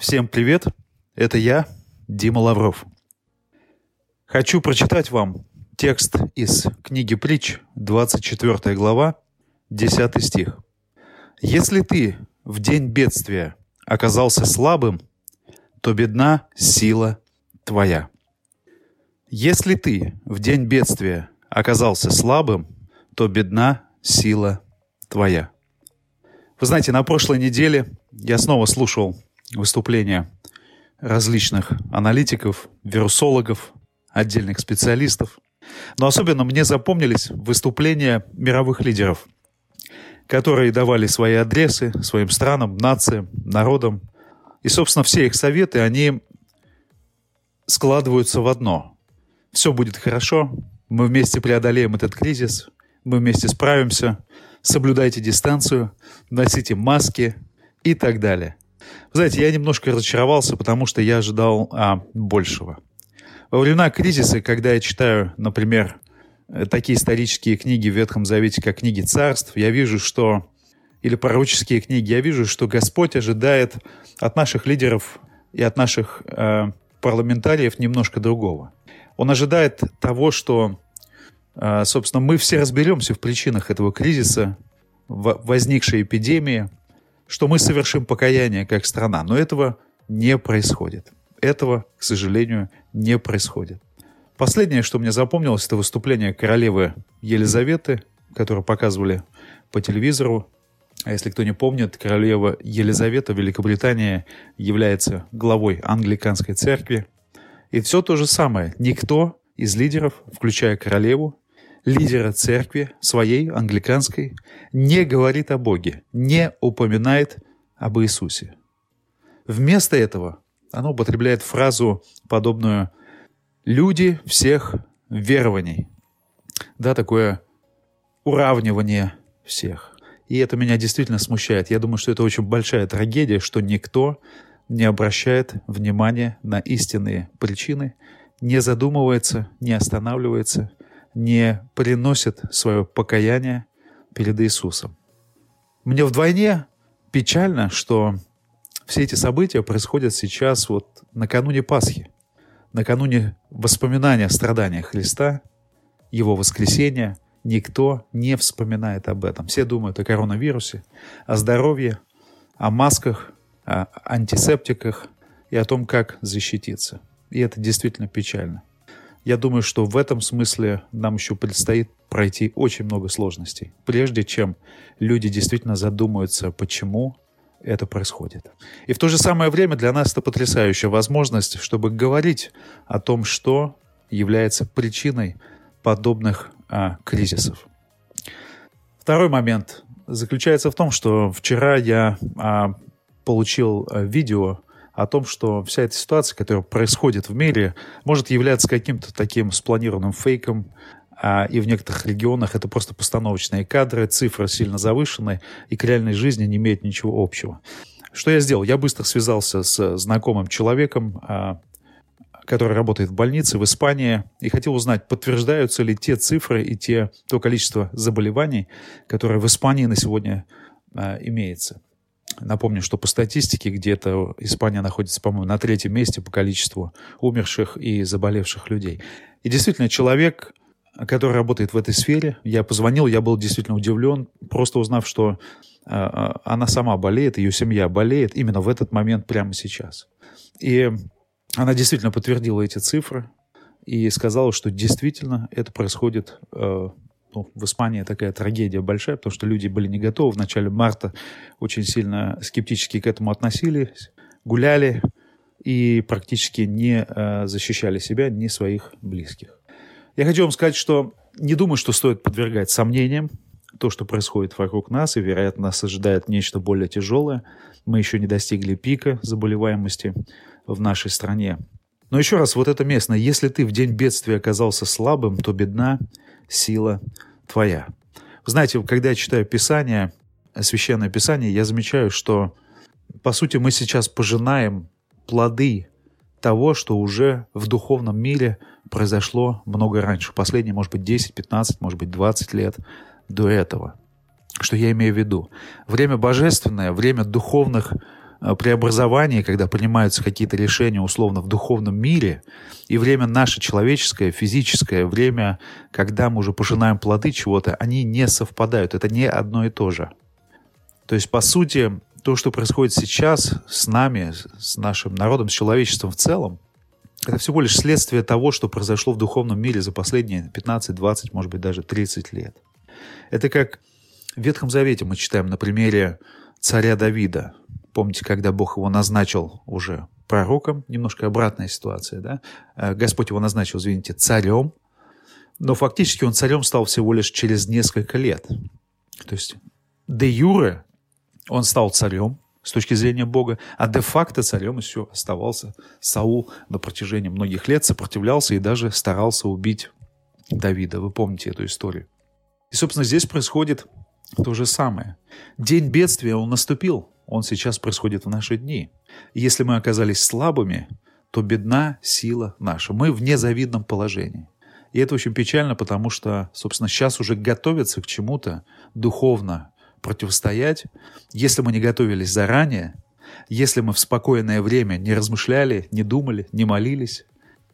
Всем привет, это я, Дима Лавров. Хочу прочитать вам текст из книги Притч, 24 глава, 10 стих. «Если ты в день бедствия оказался слабым, то бедна сила твоя». Если ты в день бедствия оказался слабым, то бедна сила твоя. Вы знаете, на прошлой неделе я снова слушал выступления различных аналитиков, вирусологов, отдельных специалистов. Но особенно мне запомнились выступления мировых лидеров, которые давали свои адресы своим странам, нациям, народам. И, собственно, все их советы, они складываются в одно. Все будет хорошо, мы вместе преодолеем этот кризис, мы вместе справимся, соблюдайте дистанцию, носите маски и так далее. Вы знаете, я немножко разочаровался, потому что я ожидал большего. Во времена кризиса, когда я читаю, например, такие исторические книги в Ветхом Завете, как книги царств, я вижу, что, или пророческие книги, я вижу, что Господь ожидает от наших лидеров и от наших парламентариев немножко другого. Он ожидает того, что, собственно, мы все разберемся в причинах этого кризиса, возникшей эпидемии, что мы совершим покаяние как страна. Но этого не происходит. Этого, к сожалению, не происходит. Последнее, что мне запомнилось, это выступление королевы Елизаветы, которое показывали по телевизору. А если кто не помнит, королева Елизавета в Великобритании является главой англиканской церкви. И все то же самое. Никто из лидеров, включая королеву, лидера церкви своей, англиканской, не говорит о Боге, не упоминает об Иисусе. Вместо этого она употребляет фразу, подобную «люди всех верований». Да, такое уравнивание всех. И это меня действительно смущает. Я думаю, что это очень большая трагедия, что никто не обращает внимания на истинные причины, не задумывается, не останавливается, не приносит свое покаяние перед Иисусом. Мне вдвойне печально, что все эти события происходят сейчас вот накануне Пасхи, накануне воспоминания о страданиях Христа, Его воскресения. Никто не вспоминает об этом. Все думают о коронавирусе, о здоровье, о масках, о антисептиках и о том, как защититься. И это действительно печально. Я думаю, что в этом смысле нам еще предстоит пройти очень много сложностей, прежде чем люди действительно задумаются, почему это происходит. И в то же самое время для нас это потрясающая возможность, чтобы говорить о том, что является причиной подобных кризисов. Второй момент заключается в том, что вчера я получил видео о том, что вся эта ситуация, которая происходит в мире, может являться каким-то таким спланированным фейком, и в некоторых регионах это просто постановочные кадры, цифры сильно завышены, и к реальной жизни не имеют ничего общего. Что я сделал? Я быстро связался с знакомым человеком, который работает в больнице в Испании, и хотел узнать, подтверждаются ли те цифры и то количество заболеваний, которое в Испании на сегодня имеется. Напомню, что по статистике где-то Испания находится, по-моему, на 3-м месте по количеству умерших и заболевших людей. И действительно, человек, который работает в этой сфере, я позвонил, я был действительно удивлен, просто узнав, что она сама болеет, ее семья болеет именно в этот момент, прямо сейчас. И она действительно подтвердила эти цифры и сказала, что действительно это происходит. В Испании такая трагедия большая, потому что люди были не готовы. В начале марта очень сильно скептически к этому относились, гуляли и практически не защищали себя, ни своих близких. Я хочу вам сказать, что не думаю, что стоит подвергать сомнениям то, что происходит вокруг нас, и, вероятно, нас ожидает нечто более тяжелое. Мы еще не достигли пика заболеваемости в нашей стране. Но еще раз, вот это местное. Если ты в день бедствия оказался слабым, то бедна сила твоя. Вы знаете, когда я читаю Писание, Священное Писание, я замечаю, что, по сути, мы сейчас пожинаем плоды того, что уже в духовном мире произошло много раньше. Последние, может быть, 10, 15, может быть, 20 лет до этого. Что я имею в виду? Время божественное, время духовных преобразования, когда принимаются какие-то решения условно в духовном мире, и время наше человеческое, физическое, время, когда мы уже пожинаем плоды чего-то, они не совпадают. Это не одно и то же. То есть, по сути, то, что происходит сейчас с нами, с нашим народом, с человечеством в целом, это всего лишь следствие того, что произошло в духовном мире за последние 15, 20, может быть, даже 30 лет. Это как в Ветхом Завете мы читаем на примере царя Давида. Помните, когда Бог его назначил уже пророком, немножко обратная ситуация, да? Господь его назначил, извините, царем, но фактически он царем стал всего лишь через несколько лет. То есть де юре он стал царем с точки зрения Бога, а де-факто царем еще оставался Саул на протяжении многих лет, сопротивлялся и даже старался убить Давида. Вы помните эту историю. И, собственно, здесь происходит то же самое. День бедствия, он наступил. Он сейчас происходит в наши дни. И если мы оказались слабыми, то бедна сила наша. Мы в незавидном положении. И это очень печально, потому что, собственно, сейчас уже готовятся к чему-то духовно противостоять. Если мы не готовились заранее, если мы в спокойное время не размышляли, не думали, не молились,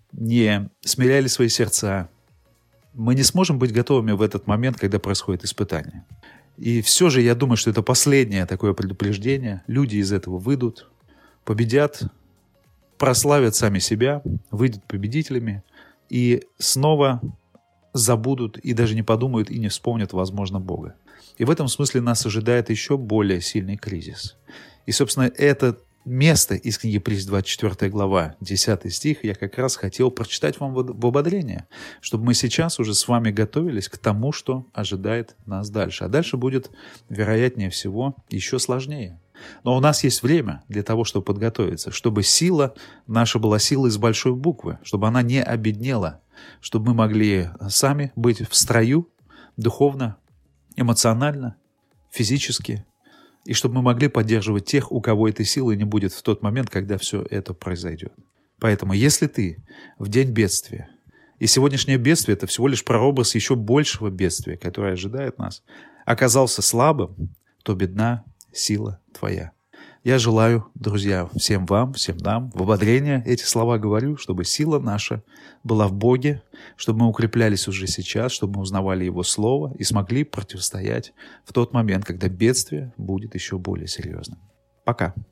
не смиряли свои сердца, мы не сможем быть готовыми в этот момент, когда происходит испытание. И все же я думаю, что это последнее такое предупреждение. Люди из этого выйдут, победят, прославят сами себя, выйдут победителями и снова забудут и даже не подумают и не вспомнят, возможно, Бога. И в этом смысле нас ожидает еще более сильный кризис. И, собственно, это место из книги «Притч», 24 глава, 10 стих, я как раз хотел прочитать вам в ободрение, чтобы мы сейчас уже с вами готовились к тому, что ожидает нас дальше. А дальше будет, вероятнее всего, еще сложнее. Но у нас есть время для того, чтобы подготовиться, чтобы сила наша была силой с большой буквы, чтобы она не обеднела, чтобы мы могли сами быть в строю духовно, эмоционально, физически, и чтобы мы могли поддерживать тех, у кого этой силы не будет в тот момент, когда все это произойдет. Поэтому, если ты в день бедствия, и сегодняшнее бедствие – это всего лишь прообраз еще большего бедствия, которое ожидает нас, оказался слабым, то бедна сила твоя. Я желаю, друзья, всем вам, всем нам в ободрение эти слова говорю, чтобы сила наша была в Боге, чтобы мы укреплялись уже сейчас, чтобы мы узнавали Его Слово и смогли противостоять в тот момент, когда бедствие будет еще более серьезным. Пока.